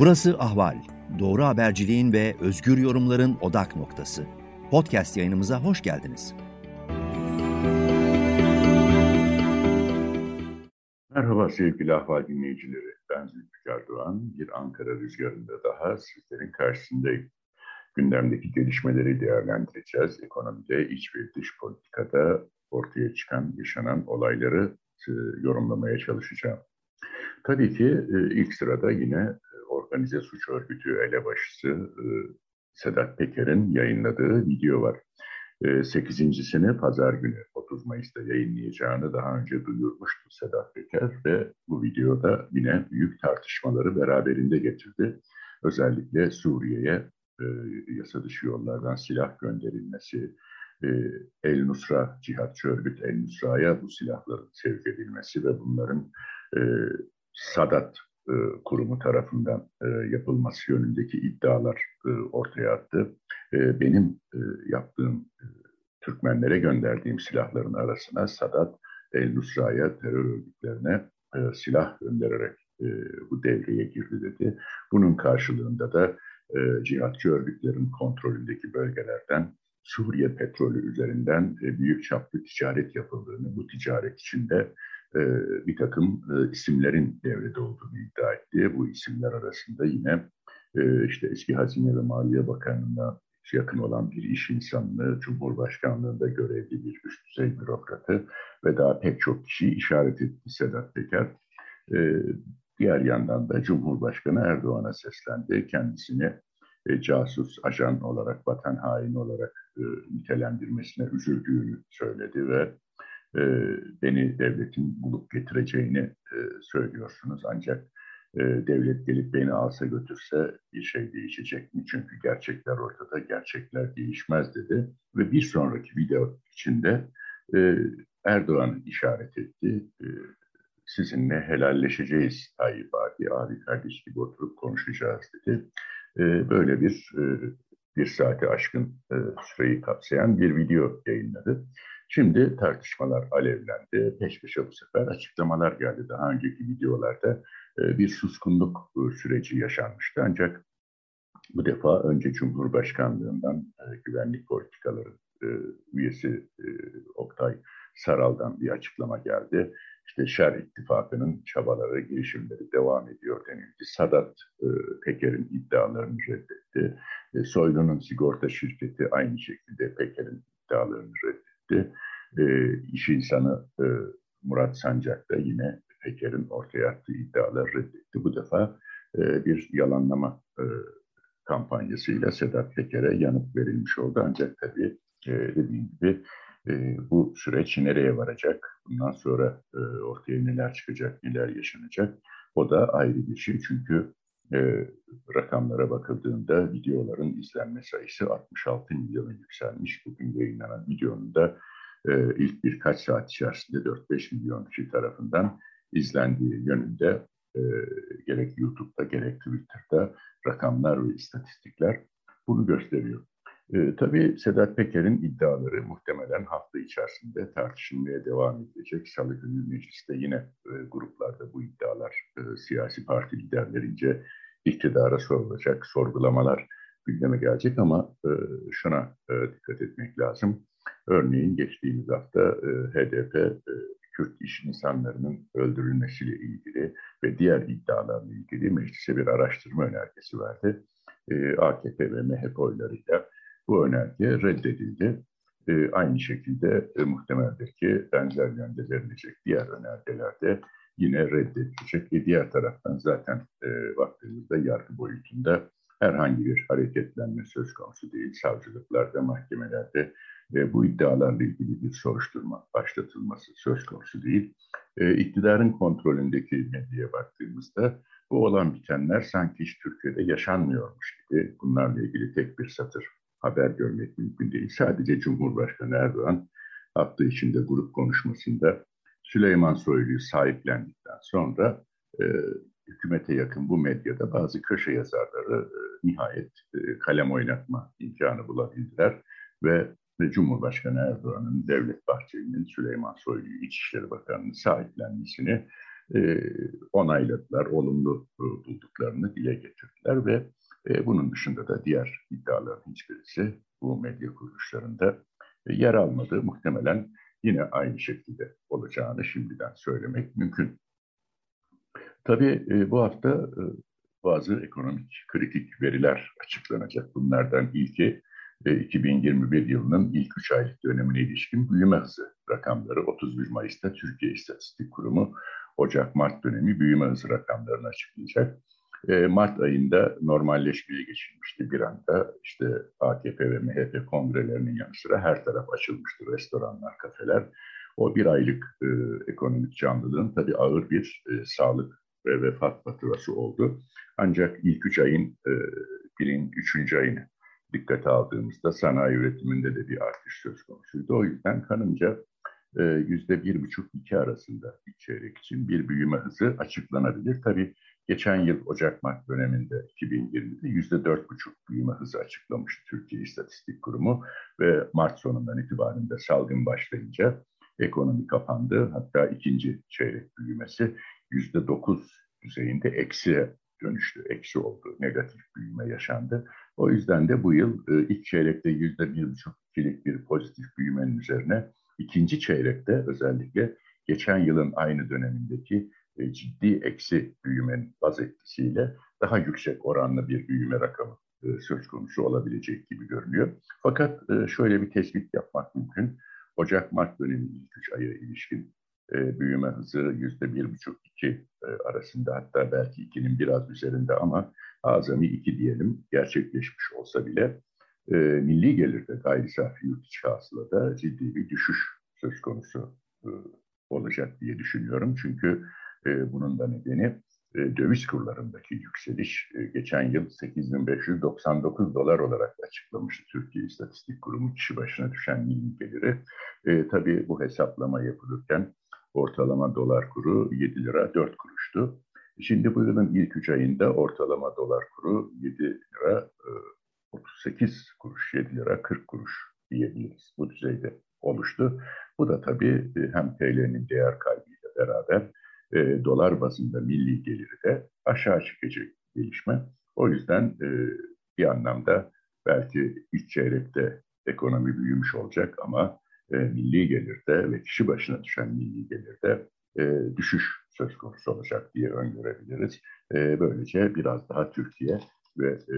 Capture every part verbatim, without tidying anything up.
Burası Ahval. Doğru haberciliğin ve özgür yorumların odak noktası. Podcast yayınımıza hoş geldiniz. Merhaba sevgili Ahval dinleyicileri. Ben Zülfikar Doğan. Bir Ankara rüzgarında daha sizlerin karşısındayım. Gündemdeki gelişmeleri değerlendireceğiz. Ekonomide, iç ve dış politikada ortaya çıkan, yaşanan olayları e, yorumlamaya çalışacağım. Tabii ki e, ilk sırada yine e, organize suç örgütü elebaşısı e, Sedat Peker'in yayınladığı video var. E, sekizincisini pazar günü otuz Mayıs'ta yayınlayacağını daha önce duyurmuştu Sedat Peker ve bu videoda yine büyük tartışmaları beraberinde getirdi. Özellikle Suriye'ye e, yasa dışı yollardan silah gönderilmesi, e, El Nusra, cihatçı örgüt El Nusra'ya bu silahların sevk edilmesi ve bunların e, Sadat e, kurumu tarafından e, yapılması yönündeki iddialar e, ortaya attı. E, benim e, yaptığım e, Türkmenlere gönderdiğim silahların arasına Sadat, El Nusra'ya, terör örgütlerine e, silah göndererek e, bu devreye girdi dedi. Bunun karşılığında da e, cihatçı örgütlerin kontrolündeki bölgelerden Suriye petrolü üzerinden e, büyük çaplı ticaret yapıldığını, bu ticaret içinde e, bir takım e, isimlerin devrede olduğunu iddia etti. Bu isimler arasında yine e, işte eski Hazine ve Maliye Bakanı'na yakın olan bir iş insanını, Cumhurbaşkanlığında görevli bir üst düzey bürokratı ve daha pek çok kişiyi işaret etti Sedat Peker. E, diğer yandan da Cumhurbaşkanı Erdoğan'a seslendi. Kendisini e, casus, ajan olarak, vatan haini olarak e, nitelendirmesine üzüldüğünü söyledi ve e, beni devletin bulup getireceğini e, söylüyorsunuz. Ancak e, devlet gelip beni alsa götürse bir şey değişecek mi? Çünkü gerçekler ortada, gerçekler değişmez dedi. Ve bir sonraki video içinde e, Erdoğan'ı işaret etti. E, sizinle helalleşeceğiz Tayyip abi, abi kardeş gibi oturup konuşacağız dedi. E, böyle bir e, bir saate aşkın e, süreyi kapsayan bir video yayınladı. Şimdi tartışmalar alevlendi. Peş peşe bu sefer açıklamalar geldi. Daha önceki videolarda e, bir suskunluk e, süreci yaşanmıştı. Ancak bu defa önce Cumhurbaşkanlığından e, güvenlik politikaları e, üyesi e, Oktay Saral'dan bir açıklama geldi. İşte Şer İttifakı'nın çabaları, girişimleri devam ediyor denildi. Sadat e, Peker'in iddialarını reddetti. E, Soylu'nun sigorta şirketi aynı şekilde Peker'in iddialarını reddetti. E, iş insanı e, Murat Sancak da yine Peker'in ortaya attığı iddiaları reddetti. Bu defa e, bir yalanlama e, kampanyasıyla Sedat Peker'e yanıt verilmiş oldu. Ancak tabii e, dediğim gibi e, bu süreç nereye varacak? Bundan sonra e, ortaya neler çıkacak, neler yaşanacak? O da ayrı bir şey. Çünkü e, rakamlara bakıldığında videoların izlenme sayısı altmış altı milyona yükselmiş. Bugün yayınlanan videonun da e, ilk birkaç saat içerisinde dört beş milyon kişi tarafından izlendiği yönünde e, gerek YouTube'da gerek Twitter'da rakamlar ve istatistikler bunu gösteriyor. E, tabii Sedat Peker'in iddiaları muhtemelen hafta içerisinde tartışılmaya devam edecek. Salı günü mecliste yine e, gruplarda bu iddialar e, siyasi parti liderlerince iktidara sorulacak, sorgulamalar gündeme gelecek ama e, şuna e, dikkat etmek lazım. Örneğin geçtiğimiz hafta e, H D P e, Kürt iş insanlarının öldürülmesiyle ilgili ve diğer iddialarla ilgili meclise bir araştırma önergesi verdi. E, A K P ve M H P oylarıyla bu önerge reddedildi. E, aynı şekilde e, muhtemeldir ki benzer yönde verilecek diğer önergelerde yine reddedilecek. E, diğer taraftan zaten e, baktığımızda yargı boyutunda herhangi bir hareketlenme söz konusu değil. Savcılıklarda, mahkemelerde e, bu iddialarla ilgili bir soruşturma başlatılması söz konusu değil. E, iktidarın kontrolündeki medyaya baktığımızda bu olan bitenler sanki hiç Türkiye'de yaşanmıyormuş gibi bunlarla ilgili tek bir satır haber görmek mümkün değil. Sadece Cumhurbaşkanı Erdoğan hafta içinde grup konuşmasında Süleyman Soylu'yu sahiplendikten sonra e, hükümete yakın bu medyada bazı köşe yazarları e, nihayet e, kalem oynatma imkanı bulabildiler ve ve Cumhurbaşkanı Erdoğan'ın, Devlet Bahçeli'nin Süleyman Soylu'yu İçişleri Bakanı'nı sahiplenmesini e, onayladılar, olumlu e, bulduklarını dile getirdiler ve e, bunun dışında da diğer iddiaların hiçbirisi bu medya kuruluşlarında e, yer almadı. Muhtemelen yine aynı şekilde olacağını şimdiden söylemek mümkün. Tabii e, bu hafta e, bazı ekonomik kritik veriler açıklanacak. Bunlardan ilki e, iki bin yirmi bir yılının ilk üç aylık dönemine ilişkin büyüme hızı rakamları. otuz bir Mayıs'ta Türkiye İstatistik Kurumu Ocak-Mart dönemi büyüme hızı rakamlarını açıklayacak. E, Mart ayında normalleşmeye geçilmişti bir anda. İşte A K P ve M H P kongrelerinin yanı sıra her taraf açılmıştı. Restoranlar, kafeler. O bir aylık e, ekonomik canlılığın tabii ağır bir e, sağlık ve vefat faturası oldu. Ancak ilk üç ayın, e, birin üçüncü ayını dikkate aldığımızda sanayi üretiminde de bir artış söz konusuydu. O yüzden kanımca e, yüzde bir buçuk iki arasında bir çeyrek için bir büyüme hızı açıklanabilir. Tabii geçen yıl Ocak-Mart döneminde iki bin yirmide yüzde dört buçuk büyüme hızı açıklamıştı Türkiye İstatistik Kurumu ve Mart sonundan itibaren de salgın başlayınca ekonomi kapandı. Hatta ikinci çeyrek büyümesi yüzde dokuz düzeyinde eksiye dönüştü. Eksi oldu. Negatif büyüme yaşandı. O yüzden de bu yıl e, ilk çeyrekte yüzde bir buçuk ikilik bir pozitif büyümenin üzerine ikinci çeyrekte özellikle geçen yılın aynı dönemindeki e, ciddi eksi büyümenin baz etkisiyle daha yüksek oranlı bir büyüme rakamı e, söz konusu olabilecek gibi görünüyor. Fakat e, şöyle bir tespit yapmak mümkün. Ocak-Mart dönemi ilk üç aya ilişkin e, büyüme hızı yüzde bir buçuk iki e, arasında, hatta belki ikinin biraz üzerinde ama azami iki diyelim gerçekleşmiş olsa bile e, milli gelirde, gayri safi yurt içi hasılada ciddi bir düşüş söz konusu e, olacak diye düşünüyorum. Çünkü e, bunun da nedeni e, döviz kurlarındaki yükseliş. E, geçen yıl sekiz bin beş yüz doksan dokuz dolar olarak açıklamıştı Türkiye İstatistik Kurumu kişi başına düşen milli geliri. E, tabii bu hesaplama yapılırken ortalama dolar kuru yedi lira dört kuruştu. Şimdi bu yılın ilk üç ayında ortalama dolar kuru yedi lira otuz sekiz kuruş, yedi lira kırk kuruş diyebiliriz. Bu düzeyde oluştu. Bu da tabii hem T L'nin değer kaybıyla beraber e, dolar bazında milli geliri de aşağı çekecek gelişme. O yüzden e, bir anlamda belki ilk çeyrekte ekonomi büyümüş olacak ama e, milli gelirde ve kişi başına düşen milli gelirde e, düşüş söz konusu olacak diye öngörebiliriz. E, böylece biraz daha Türkiye ve e,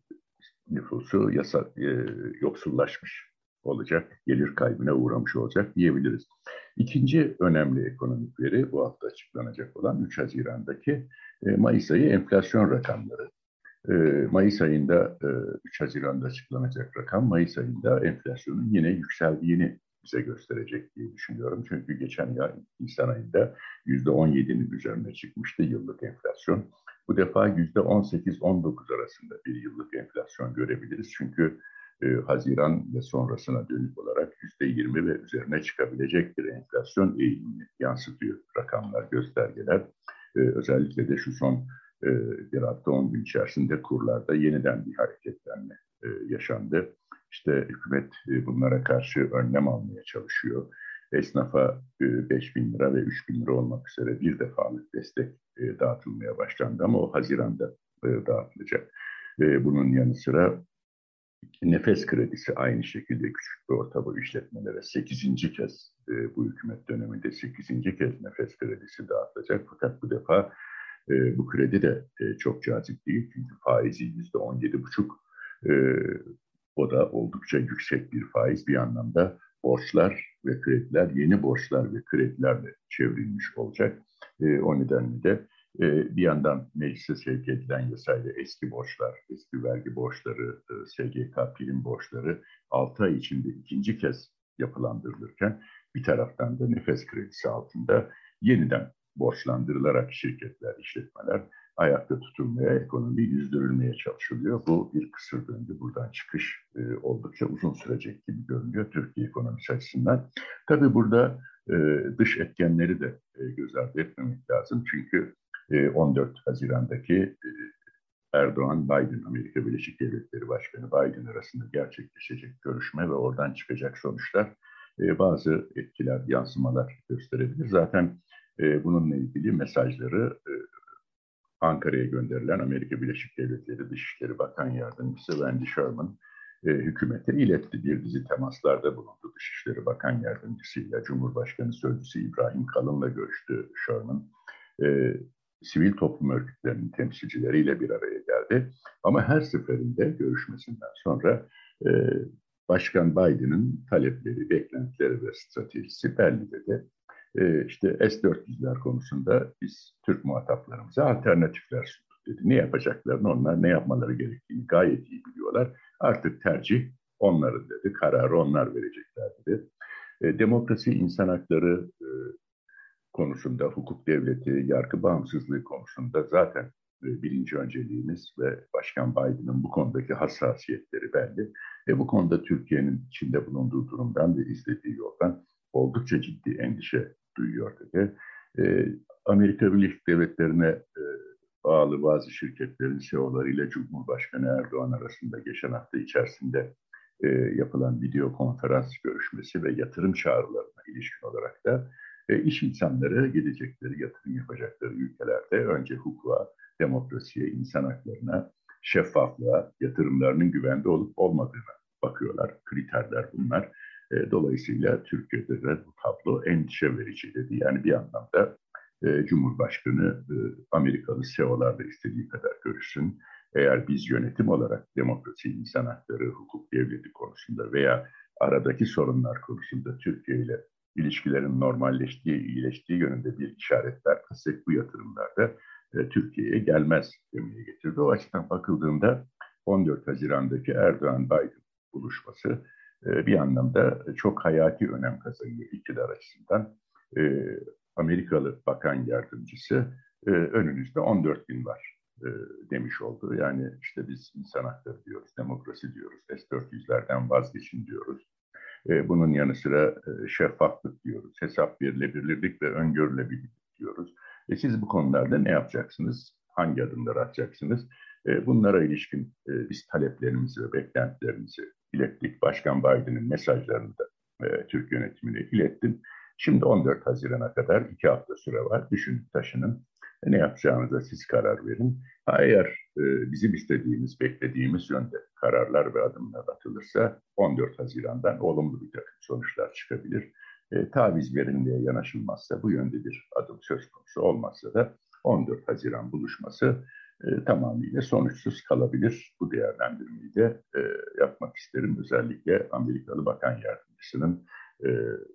nüfusu yasa, e, yoksullaşmış olacak, gelir kaybına uğramış olacak diyebiliriz. İkinci önemli ekonomik veri bu hafta açıklanacak olan üç Haziran'daki e, Mayıs ayı enflasyon rakamları. E, Mayıs ayında e, üç Haziran'da açıklanacak rakam Mayıs ayında enflasyonun yine yükseldiğini bize gösterecek diye düşünüyorum. Çünkü geçen yıl Nisan ayında yüzde on yedinin üzerine çıkmıştı yıllık enflasyon. Bu defa yüzde on sekiz on dokuz arasında bir yıllık enflasyon görebiliriz. Çünkü e, Haziran ve sonrasına dönük olarak yüzde yirmi ve üzerine çıkabilecek bir enflasyon eğilimini yansıtıyor rakamlar, göstergeler. E, özellikle de şu son e, bir hafta on gün içerisinde kurlarda yeniden bir hareketlenme e, yaşandı. İşte hükümet e, bunlara karşı önlem almaya çalışıyor. Esnafa e, beş bin lira ve üç bin lira olmak üzere bir defalık destek e, dağıtılmaya başlandı ama o Haziran'da e, dağıtılacak. E, bunun yanı sıra nefes kredisi aynı şekilde küçük ve orta boy işletmelere sekizinci kez e, bu hükümet döneminde sekizinci kez nefes kredisi dağıtılacak. Fakat bu defa e, bu kredi de e, çok cazip değil çünkü faizi yüzde on yedi buçuk. E, o da oldukça yüksek bir faiz. Bir anlamda borçlar ve krediler yeni borçlar ve kredilerle çevrilmiş olacak. E, o nedenle de e, bir yandan meclise sevk edilen yasayla eski borçlar, eski vergi borçları, e, S G K prim borçları altı ay içinde ikinci kez yapılandırılırken bir taraftan da nefes kredisi altında yeniden borçlandırılarak şirketler, işletmeler ayakta tutulmaya, ekonomi yüzdürülmeye çalışılıyor. Bu bir kısır döngü. Buradan çıkış e, oldukça uzun sürecek gibi görünüyor Türkiye ekonomisi açısından. Tabii burada e, dış etkenleri de e, göz ardı etmemek lazım. Çünkü e, on dört Haziran'daki e, Erdoğan-Biden, Amerika Birleşik Devletleri Başkanı Biden arasında gerçekleşecek görüşme ve oradan çıkacak sonuçlar e, bazı etkiler, yansımalar gösterebilir. Zaten e, bununla ilgili mesajları e, Ankara'ya gönderilen Amerika Birleşik Devletleri Dışişleri Bakan Yardımcısı Wendy Sherman e, hükümete iletti. Bir dizi temaslarda bulundu Dışişleri Bakan Yardımcısıyla. Cumhurbaşkanı Sözcüsü İbrahim Kalın'la görüştü Sherman. E, sivil toplum örgütlerinin temsilcileriyle bir araya geldi. Ama her seferinde görüşmesinden sonra e, Başkan Biden'ın talepleri, beklentileri ve stratejisi belli dedi. E, işte S dört yüzler konusunda biz Türk muhataplarımıza alternatifler sunduk dedi. Ne yapacaklarını, onlar ne yapmaları gerektiğini gayet iyi biliyorlar. Artık tercih onların dedi, kararı onlar verecekler dedi. E, demokrasi, insan hakları e, konusunda, hukuk devleti, yargı bağımsızlığı konusunda zaten e, birinci önceliğimiz ve Başkan Biden'ın bu konudaki hassasiyetleri belli. Ve bu konuda Türkiye'nin içinde bulunduğu durumdan ve izlediği yoldan oldukça ciddi endişe duyuyor dedi. E, Amerika Birleşik Devletleri'ne e, bağlı bazı şirketlerin C E O'larıyla Cumhurbaşkanı Erdoğan arasında geçen hafta içerisinde e, yapılan video konferans görüşmesi ve yatırım çağrılarına ilişkin olarak da e, iş insanları gidecekleri, yatırım yapacakları ülkelerde önce hukuka, demokrasiye, insan haklarına, şeffaflığa, yatırımlarının güvende olup olmadığına bakıyorlar. Kriterler bunlar. E, dolayısıyla Türkiye'de de bu tablo endişe verici dedi. Yani bir anlamda e, Cumhurbaşkanı e, Amerikalı C E O'larla istediği kadar görüşsün. Eğer biz yönetim olarak demokrasi, insan hakları, hukuk devleti konusunda veya aradaki sorunlar konusunda Türkiye ile ilişkilerin normalleştiği, iyileştiği yönünde bir işaret vermezsek bu yatırımlarda e, Türkiye'ye gelmez demeye getirdi. O açıdan bakıldığında on dört Haziran'daki Erdoğan-Biden buluşması e, bir anlamda çok hayati önem kazanıyor iktidar açısından. E, Amerikalı Bakan Yardımcısı e, önünüzde on dört gün var e, demiş oldu. Yani işte biz insan hakları diyoruz, demokrasi diyoruz, S dört yüzlerden vazgeçin diyoruz. Bunun yanı sıra şeffaflık diyoruz, hesap verilebilirlik ve öngörülebilirlik diyoruz. E siz bu konularda ne yapacaksınız? Hangi adımları atacaksınız? Bunlara ilişkin biz taleplerimizi ve beklentilerimizi ilettik. Başkan Biden'ın mesajlarını da Türk yönetimine ilettim. Şimdi on dört Haziran'a kadar iki hafta süre var. Düşünün, taşının. Ne yapacağınıza siz karar verin. Ha, eğer e, bizim istediğimiz, beklediğimiz yönde kararlar ve adımlar atılırsa on dört Haziran'dan olumlu bir takım sonuçlar çıkabilir. E, taviz verilmeye yanaşılmazsa, bu yönde bir adım söz konusu olmazsa da on dört Haziran buluşması e, tamamıyla sonuçsuz kalabilir. Bu değerlendirmeyi de e, yapmak isterim. Özellikle Amerikalı Bakan Yardımcısının e,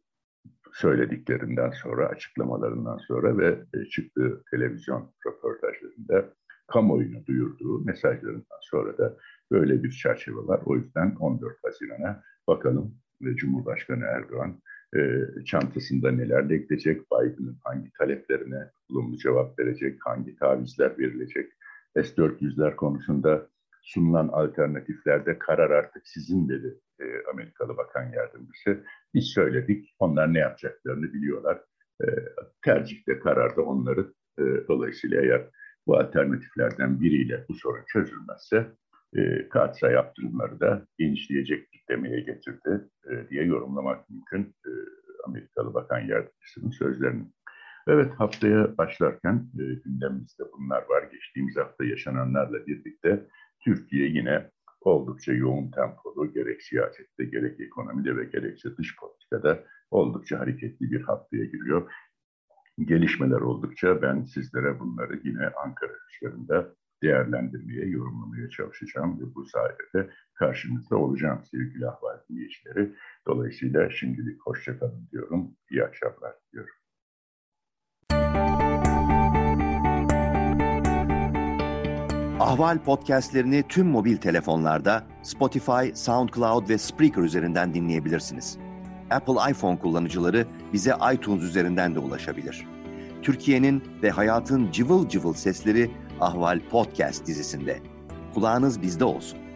söylediklerinden sonra, açıklamalarından sonra ve çıktığı televizyon röportajlarında kamuoyuna duyurduğu mesajlarından sonra da böyle bir çerçeve var. O yüzden on dört Haziran'a bakalım Cumhurbaşkanı Erdoğan e, çantasında nelerle gidecek, Biden'ın hangi taleplerine olumlu cevap verecek, hangi tavizler verilecek, S dört yüzler konusunda sunulan alternatiflerde karar artık sizin dedi e, Amerikalı Bakan Yardımcısı. Biz söyledik, onlar ne yapacaklarını biliyorlar. E, tercihte, kararda onları e, dolayısıyla eğer bu alternatiflerden biriyle bu sorun çözülmezse e, katsa yaptırımları da genişleyecektir demeye getirdi e, diye yorumlamak mümkün e, Amerikalı Bakan Yardımcısının sözlerini. Evet, haftaya başlarken e, gündemimizde bunlar var. Geçtiğimiz hafta yaşananlarla birlikte Türkiye yine oldukça yoğun tempolu, gerek siyasette, gerek ekonomide ve gerekse dış politikada oldukça hareketli bir haftaya giriyor. Gelişmeler oldukça ben sizlere bunları yine Ankara rüzgarında değerlendirmeye, yorumlamaya çalışacağım ve bu sayede karşınızda olacağım sevgili Ahval dinleyicileri. Dolayısıyla şimdilik hoşça kalın diyorum, iyi akşamlar diliyorum. Ahval podcastlerini tüm mobil telefonlarda Spotify, SoundCloud ve Spreaker üzerinden dinleyebilirsiniz. Apple iPhone kullanıcıları bize iTunes üzerinden de ulaşabilir. Türkiye'nin ve hayatın cıvıl cıvıl sesleri Ahval Podcast dizisinde. Kulağınız bizde olsun.